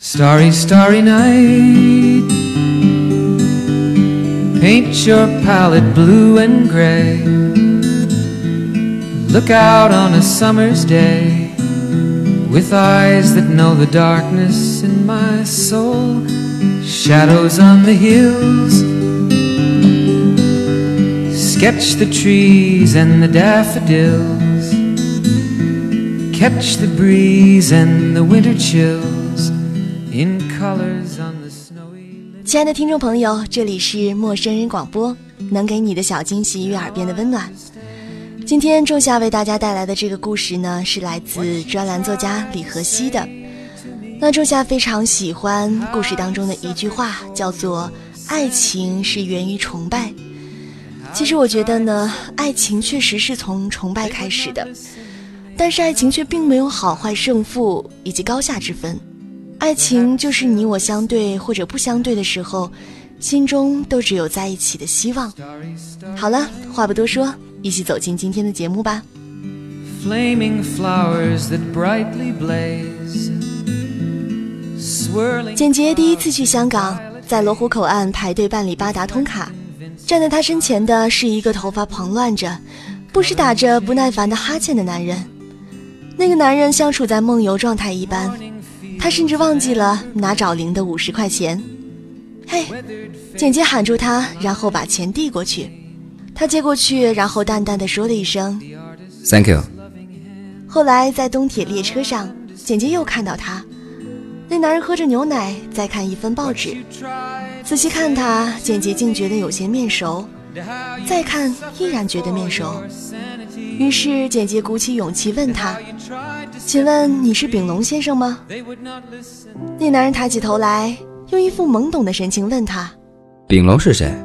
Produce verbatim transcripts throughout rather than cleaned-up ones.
Starry, starry night, paint your palette blue and gray. Look out on a summer's day, with eyes that know the darkness in my soul. Shadows on the hills, sketch the trees and the daffodils, catch the breeze and the winter chills in colors on the snowy. 亲爱的听众朋友，这里是陌生人广播，能给你的小惊喜与耳边的温暖。今天仲夏为大家带来的这个故事呢，是来自专栏作家李和熙的。那仲夏非常喜欢故事当中的一句话，叫做爱情是源于崇拜。其实我觉得呢，爱情确实是从崇拜开始的，但是爱情却并没有好坏胜负以及高下之分。爱情就是你我相对或者不相对的时候，心中都只有在一起的希望。好了，话不多说，一起走进今天的节目吧。 Flaming flowers that brightly blaze, 简洁第一次去香港，在罗湖口岸排队办理八达通卡，站在他身前的是一个头发蓬乱着不时打着不耐烦的哈欠的男人。那个男人像处在梦游状态一般，他甚至忘记了拿找零的五十块钱。嘿，简洁喊住他，然后把钱递过去。他接过去，然后淡淡地说了一声 Thank you。 后来在东铁列车上，简洁又看到他，那男人喝着牛奶在看一份报纸，仔细看他，简洁竟觉得有些面熟，再看依然觉得面熟。于是简洁鼓起勇气问他，请问你是炳龙先生吗？那男人抬起头来，用一副懵懂的神情问他， 炳龙是谁？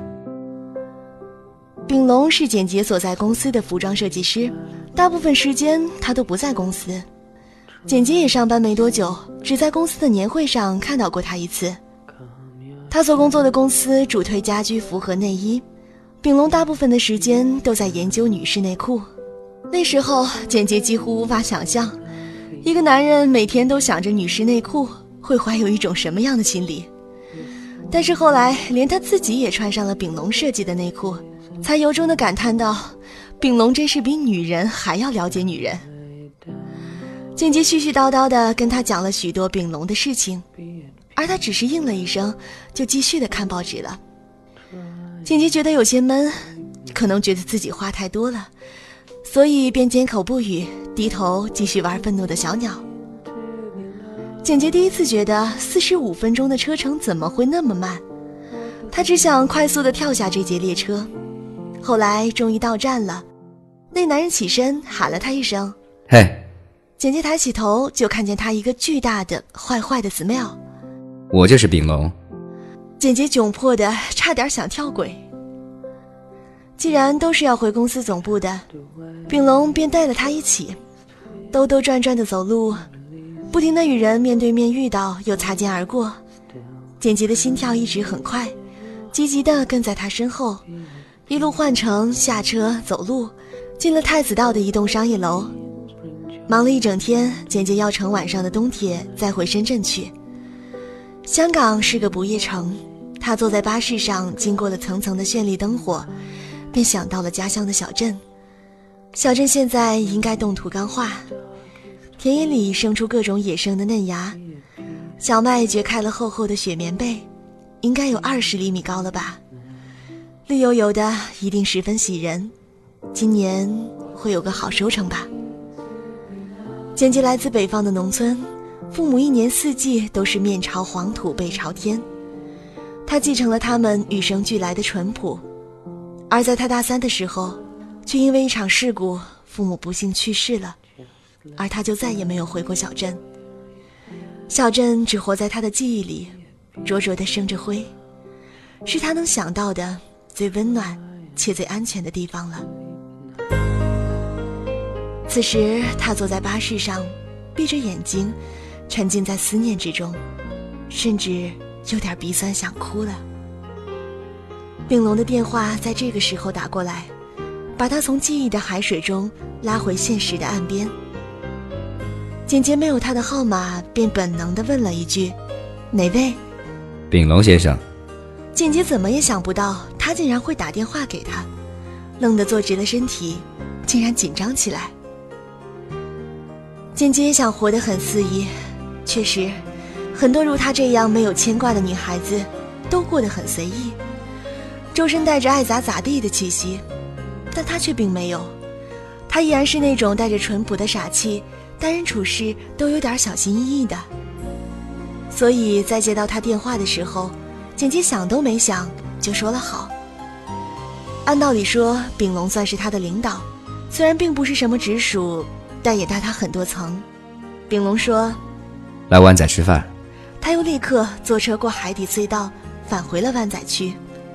炳龙是简洁所在公司的服装设计师，大部分时间他都不在公司。简洁也上班没多久，只在公司的年会上看到过他一次。他所工作的公司主推家居服和内衣，炳龙大部分的时间都在研究女士内裤。那时候简洁几乎无法想象，一个男人每天都想着女士内裤会怀有一种什么样的心理。但是后来连他自己也穿上了炳龙设计的内裤，才由衷地感叹道，炳龙真是比女人还要了解女人。简洁絮絮叨叨地跟他讲了许多炳龙的事情，而他只是应了一声，就继续地看报纸了。简洁觉得有些闷，可能觉得自己话太多了，所以便缄口不语，低头继续玩愤怒的小鸟。简洁第一次觉得四十五分钟的车程怎么会那么慢，他只想快速地跳下这节列车。后来终于到站了，那男人起身喊了他一声， 嘿， 简洁抬起头，就看见他一个巨大的坏坏的 smile。 我就是炳龙。 简洁窘迫的差点想跳轨。既然都是要回公司总部的，炳龙便带了他一起兜兜转转的走路，不停地与人面对面遇到又擦肩而过。简洁的心跳一直很快，积极地跟在他身后，一路换乘下车走路，进了太子道的一栋商业楼。忙了一整天，简洁要乘晚上的东铁再回深圳去。香港是个不夜城，他坐在巴士上，经过了层层的绚丽灯火，便想到了家乡的小镇。小镇现在应该冻土刚化，田野里生出各种野生的嫩芽，小麦掘开了厚厚的雪棉被，应该有二十厘米高了吧，绿油油的，一定十分喜人。今年会有个好收成吧。简洁来自北方的农村，父母一年四季都是面朝黄土背朝天，他继承了他们与生俱来的淳朴。而在他大三的时候，却因为一场事故，父母不幸去世了，而他就再也没有回过小镇。小镇只活在他的记忆里，灼灼地生着灰，是他能想到的最温暖且最安全的地方了。此时他坐在巴士上，闭着眼睛，沉浸在思念之中，甚至有点鼻酸想哭了。炳龙的电话在这个时候打过来，把他从记忆的海水中拉回现实的岸边。简洁没有他的号码，便本能地问了一句， 哪位？ 秉龙先生。 简洁怎么也想不到他竟然会打电话给他，愣得坐直了身体，竟然紧张起来。简洁也想活得很肆意，确实很多如她这样没有牵挂的女孩子都过得很随意，周身带着爱咋咋地的气息，但她却并没有。她依然是那种带着淳朴的傻气，待人处事都有点小心翼翼的。所以在接到她电话的时候，简洁想都没想就说了好。按道理说，秉龙算是她的领导，虽然并不是什么直属，但也大他很多层。秉龙说来湾仔吃饭。 他又立刻坐车过海底隧道返回了湾仔区。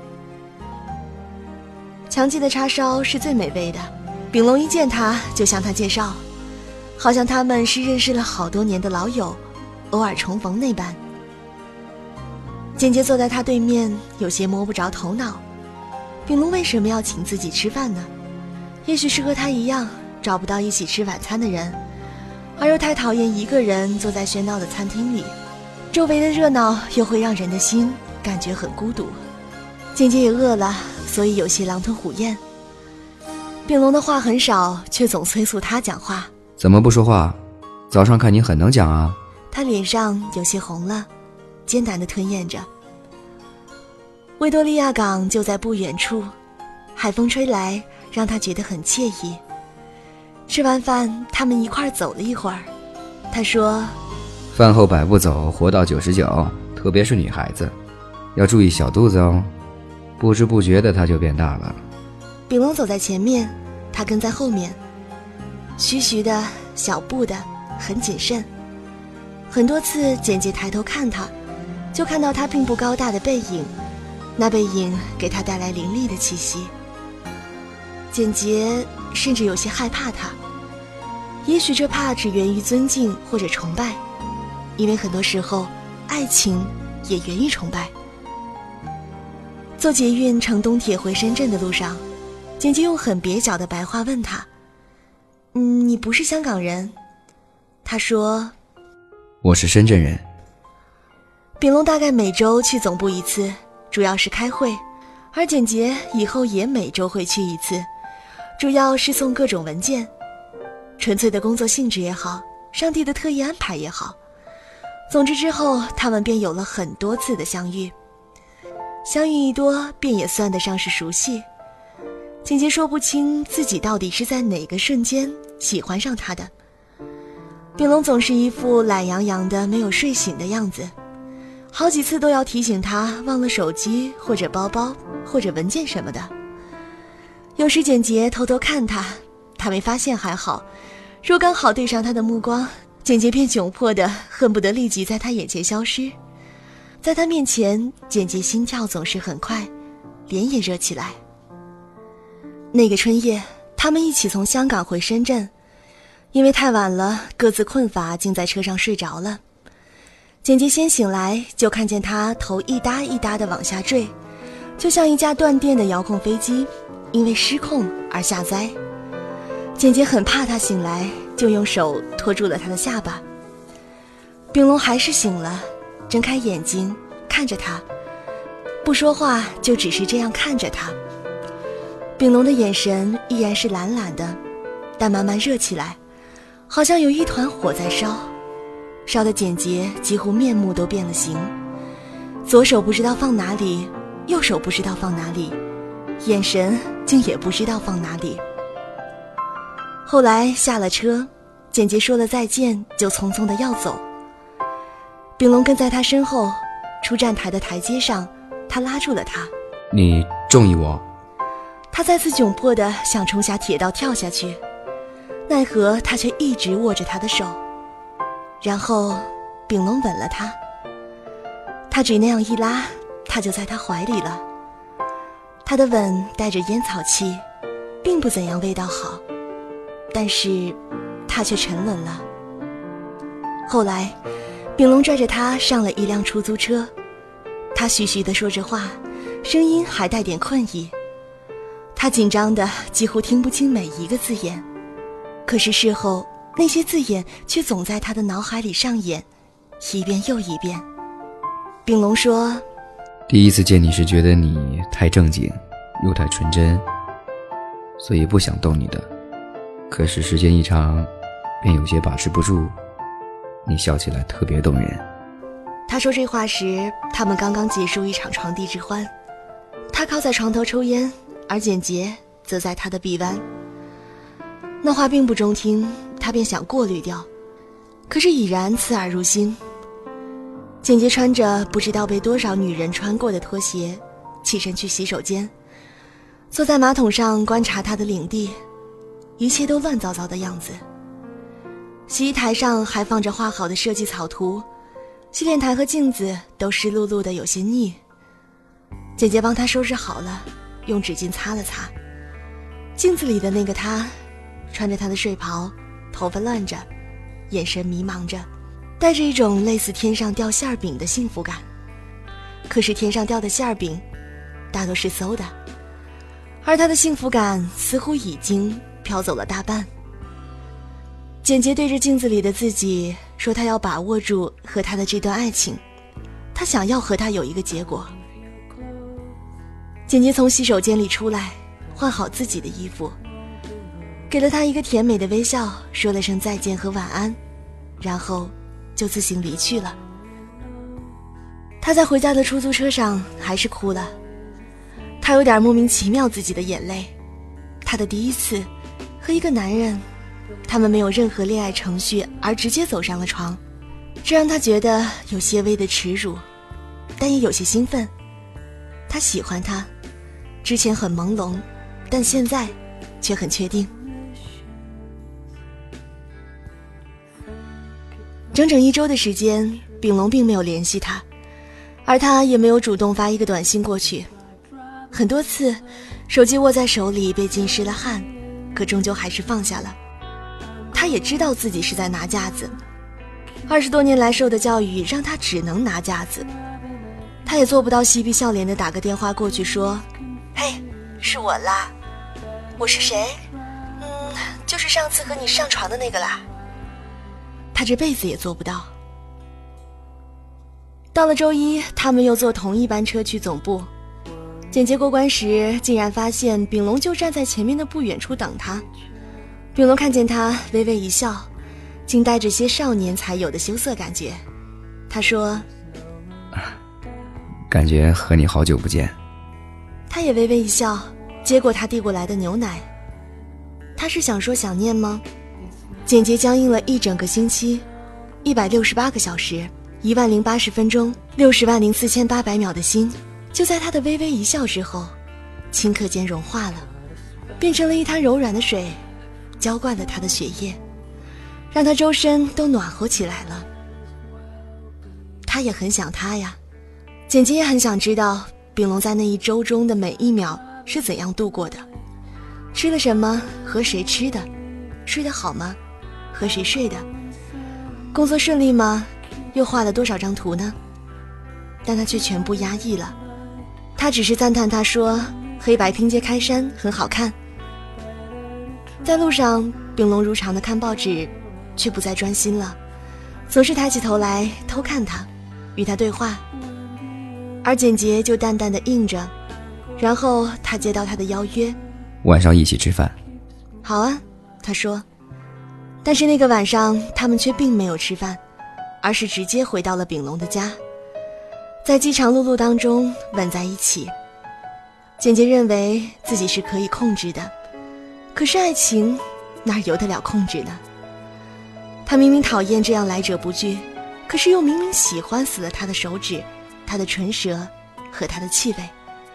强记的叉烧是最美味的，秉龙一见他就向他介绍，好像他们是认识了好多年的老友，偶尔重逢那般。简洁坐在他对面，有些摸不着头脑，秉龙为什么要请自己吃饭呢？也许是和他一样找不到一起吃晚餐的人，而又太讨厌一个人坐在喧闹的餐厅里，周围的热闹又会让人的心感觉很孤独。简洁也饿了，所以有些狼吞虎咽。秉龙的话很少，却总催促他讲话。 怎么不说话？早上看你很能讲啊。 他脸上有些红了，艰难地吞咽着。维多利亚港就在不远处，海风吹来让他觉得很惬意。吃完饭他们一块儿走了一会儿，他说饭后百步走，活到九十九，特别是女孩子要注意小肚子哦，不知不觉的她就变大了。 秉龙走在前面，他跟在后面，徐徐的小步的，很谨慎。很多次简洁抬头看他，就看到他并不高大的背影，那背影给他带来凌厉的气息。简洁甚至有些害怕他，也许这怕只源于尊敬或者崇拜，因为很多时候爱情也源于崇拜。坐捷运乘东铁回深圳的路上，简洁用很蹩脚的白话问他，嗯，你不是香港人？他说我是深圳人。 秉龙大概每周去总部一次，主要是开会，而简洁以后也每周会去一次，主要是送各种文件。纯粹的工作性质也好，上帝的特意安排也好，总之之后他们便有了很多次的相遇，相遇一多便也算得上是熟悉。简洁说不清自己到底是在哪个瞬间喜欢上他的。秉龙总是一副懒洋洋的没有睡醒的样子，好几次都要提醒他忘了手机或者包包或者文件什么的。有时简洁偷偷看他，他没发现还好，若刚好对上他的目光，简洁便窘迫的恨不得立即在他眼前消失。在他面前，简洁心跳总是很快，脸也热起来。那个春夜，他们一起从香港回深圳，因为太晚了，各自困乏，竟在车上睡着了。简洁先醒来，就看见他头一搭一搭地往下坠，就像一架断电的遥控飞机，因为失控而下栽。简洁很怕他醒来，就用手托住了他的下巴。秉龙还是醒了，睁开眼睛看着他，不说话，就只是这样看着他。秉龙的眼神依然是懒懒的，但慢慢热起来，好像有一团火在烧，烧得简洁几乎面目都变了形，左手不知道放哪里，右手不知道放哪里，眼神竟也不知道放哪里。后来下了车，简洁说了再见，就匆匆地要走。秉龙跟在他身后，出站台的台阶上，他拉住了他。 你中意我？ 他再次窘迫地想冲下铁道跳下去，奈何他却一直握着他的手。然后秉龙吻了他，他只那样一拉，他就在他怀里了。他的吻带着烟草气，并不怎样味道好，但是他却沉沦了。后来秉龙拽着他上了一辆出租车，他徐徐地说着话，声音还带点困意。他紧张的几乎听不清每一个字眼，可是事后那些字眼却总在他的脑海里上演，一遍又一遍。 秉龙说， 第一次见你时觉得你太正经又太纯真，所以不想动你的，可是时间一长便有些把持不住，你笑起来特别动人。 他说这话时，他们刚刚结束一场床笫之欢。他靠在床头抽烟，而简洁则在他的臂弯。那话并不中听，他便想过滤掉，可是已然刺耳入心。简洁穿着不知道被多少女人穿过的拖鞋，起身去洗手间，坐在马桶上观察他的领地，一切都乱糟糟的样子。洗衣台上还放着画好的设计草图，洗脸台和镜子都湿漉漉的，有些腻。姐姐帮他收拾好了，用纸巾擦了擦。镜子里的那个他，穿着他的睡袍，头发乱着，眼神迷茫着，带着一种类似天上掉馅饼的幸福感。可是天上掉的馅饼大多是馊的，而他的幸福感似乎已经飘走了大半。简洁对着镜子里的自己说，他要把握住和他的这段爱情，他想要和他有一个结果。简洁从洗手间里出来，换好自己的衣服，给了他一个甜美的微笑，说了声再见和晚安，然后就自行离去了。他在回家的出租车上还是哭了，他有点莫名其妙自己的眼泪。他的第一次和一个男人，他们没有任何恋爱程序而直接走上了床，这让他觉得有些微的耻辱，但也有些兴奋。他喜欢他，之前很朦胧，但现在却很确定。整整一周的时间，秉龙并没有联系他，而他也没有主动发一个短信过去。很多次手机握在手里被浸湿了汗，可终究还是放下了。他也知道自己是在拿架子，二十多年来受的教育让他只能拿架子。他也做不到嬉皮笑脸的打个电话过去说，嘿，是我啦。我是谁？嗯，就是上次和你上床的那个啦。他这辈子也做不到。到了周一，他们又坐同一班车去总部。简洁过关时，竟然发现秉龙就站在前面的不远处等他。秉龙看见他，微微一笑，竟带着些少年才有的羞涩感觉。他说， 感觉和你好久不见。 他也微微一笑，接过他递过来的牛奶。他是想说想念吗？简洁僵硬了一整个星期，一百六十八个小时，一万零八十分钟，六十万零四千八百秒的心，就在他的微微一笑之后，顷刻间融化了，变成了一滩柔软的水，浇灌了他的血液，让他周身都暖和起来了。他也很想他呀，简洁也很想知道秉龙在那一周中的每一秒是怎样度过的，吃了什么，和谁吃的，睡得好吗，和谁睡的，工作顺利吗，又画了多少张图呢？但他却全部压抑了，他只是赞叹他说，黑白拼接开衫很好看。在路上，秉龙如常的看报纸，却不再专心了，总是抬起头来偷看他，与他对话。而简洁就淡淡的应着，然后他接到他的邀约， 晚上一起吃饭。 好啊，他说。但是那个晚上他们却并没有吃饭，而是直接回到了秉龙的家，在饥肠辘辘当中吻在一起。简洁认为自己是可以控制的，可是爱情哪由得了控制呢？他明明讨厌这样来者不拒，可是又明明喜欢死了他的手指，他的唇舌和他的气味。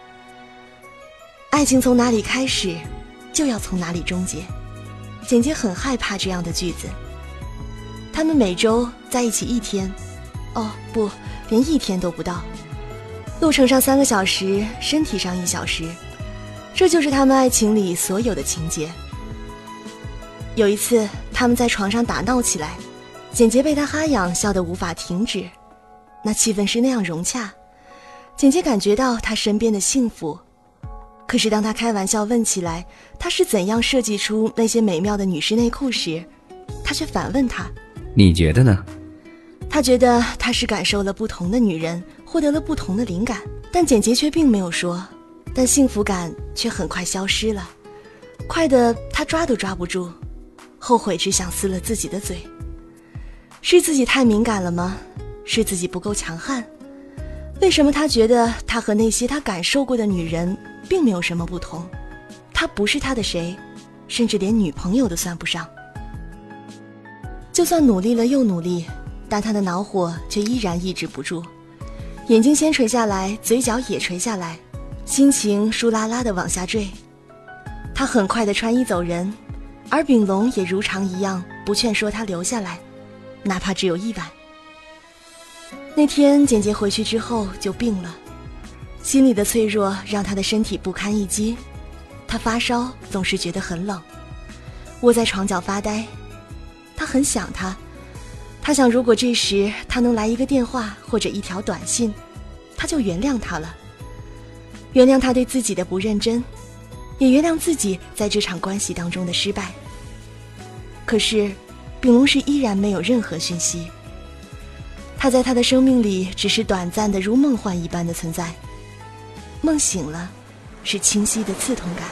爱情从哪里开始，就要从哪里终结。简洁很害怕这样的句子。他们每周在一起一天，哦不，连一天都不到，路程上三个小时，身体上一小时，这就是他们爱情里所有的情节。有一次他们在床上打闹起来，简洁被他哈痒笑得无法停止，那气氛是那样融洽，简洁感觉到他身边的幸福。可是当他开玩笑问起来他是怎样设计出那些美妙的女士内裤时，他却反问他， 你觉得呢？ 他觉得他是感受了不同的女人，获得了不同的灵感，但简洁却并没有说，但幸福感却很快消失了，快的他抓都抓不住，后悔只想撕了自己的嘴。是自己太敏感了吗？是自己不够强悍？为什么他觉得他和那些他感受过的女人并没有什么不同？他不是他的谁，甚至连女朋友都算不上。就算努力了又努力，但他的恼火却依然抑制不住，眼睛先垂下来，嘴角也垂下来，心情疏拉拉地往下坠。他很快地穿衣走人，而秉龙也如常一样不劝说他留下来，哪怕只有一晚。那天简洁回去之后就病了，心里的脆弱让他的身体不堪一击，他发烧，总是觉得很冷，窝在床角发呆。他很想他，他想如果这时他能来一个电话或者一条短信，他就原谅他了，原谅他对自己的不认真，也原谅自己在这场关系当中的失败。可是秉龙是依然没有任何讯息，他在他的生命里只是短暂的如梦幻一般的存在，梦醒了，是清晰的刺痛感。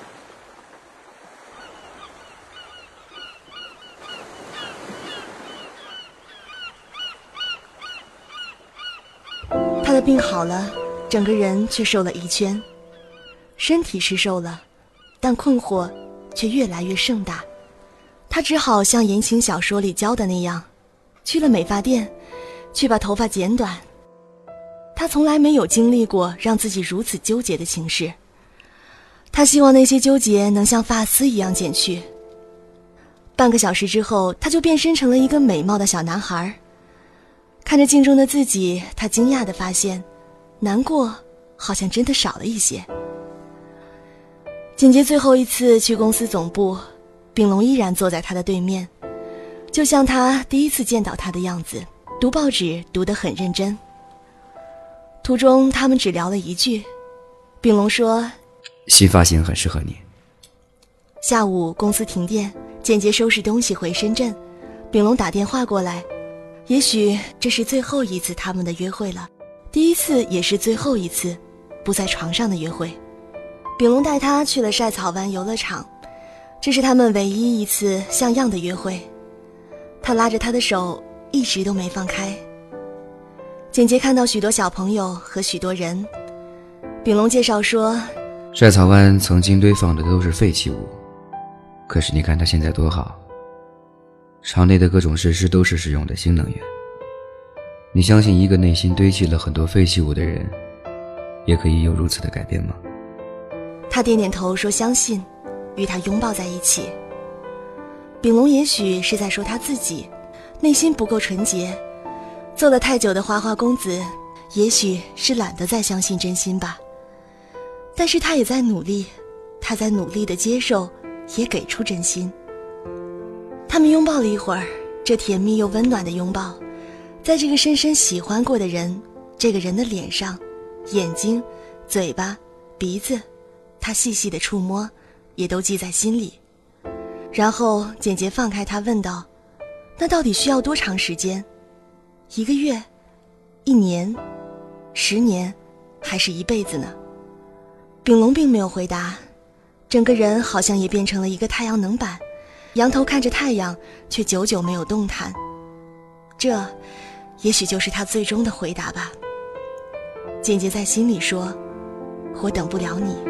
他的病好了，整个人却瘦了一圈，身体是瘦了，但困惑却越来越盛大。他只好像言情小说里教的那样，去了美发店，去把头发剪短。他从来没有经历过让自己如此纠结的情事，他希望那些纠结能像发丝一样剪去。半个小时之后，他就变身成了一个美貌的小男孩。看着镜中的自己，他惊讶地发现，难过好像真的少了一些。简洁最后一次去公司总部，秉龙依然坐在他的对面，就像他第一次见到他的样子，读报纸读得很认真。途中他们只聊了一句，秉龙说新发型很适合你。 下午公司停电，简洁收拾东西回深圳，秉龙打电话过来，也许这是最后一次他们的约会了，第一次也是最后一次不在床上的约会。秉龙带他去了晒草湾游乐场，这是他们唯一一次像样的约会。他拉着他的手一直都没放开。简洁看到许多小朋友和许多人，秉龙介绍说， 晒草湾曾经堆放的都是废弃物，可是你看它现在多好，场内的各种设施都是使用的新能源。你相信一个内心堆积了很多废弃物的人也可以有如此的改变吗？ 他点点头说相信，与他拥抱在一起。秉龙也许是在说他自己，内心不够纯洁，做了太久的花花公子，也许是懒得再相信真心吧。但是他也在努力，他在努力地接受，也给出真心。他们拥抱了一会儿，这甜蜜又温暖的拥抱，在这个深深喜欢过的人，这个人的脸上、眼睛、嘴巴、鼻子，他细细的触摸，也都记在心里。然后简洁放开他问道，那到底需要多长时间？一个月？一年？十年？还是一辈子呢？秉龙并没有回答，整个人好像也变成了一个太阳能板，仰头看着太阳，却久久没有动弹。这也许就是他最终的回答吧。简洁在心里说，我等不了你。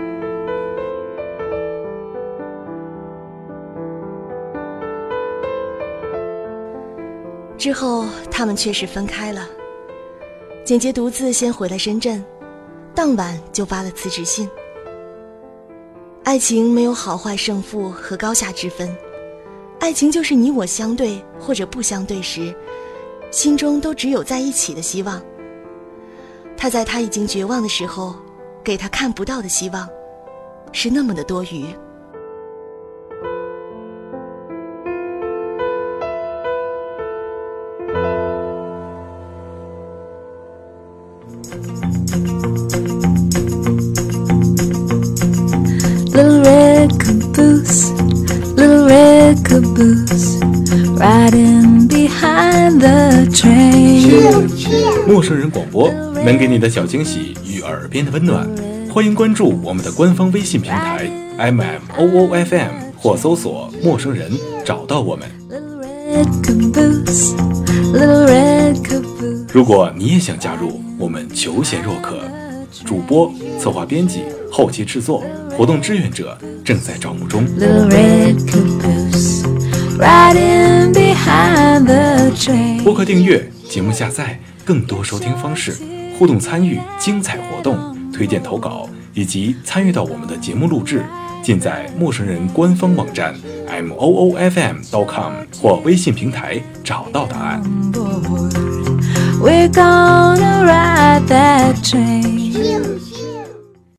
之后他们确实分开了，简洁独自先回了深圳，当晚就发了辞职信。爱情没有好坏胜负和高下之分，爱情就是你我相对或者不相对时，心中都只有在一起的希望。他在他已经绝望的时候，给他看不到的希望，是那么的多余。 Little red caboose, little red caboose, riding behind the train. 陌生人广播能给你的小惊喜与耳边的温暖，欢迎关注我们的官方微信平台 M M O O F M 或搜索陌生人找到我们。如果你也想加入，我们求贤若渴，主播、策划编辑、后期制作、活动志愿者正在招募中。播客订阅、节目下载、更多收听方式、互动参与、精彩活动、推荐投稿以及参与到我们的节目录制，尽在陌生人官方网站 M O O F M dot com 或微信平台找到答案。 We're gonna ride that train.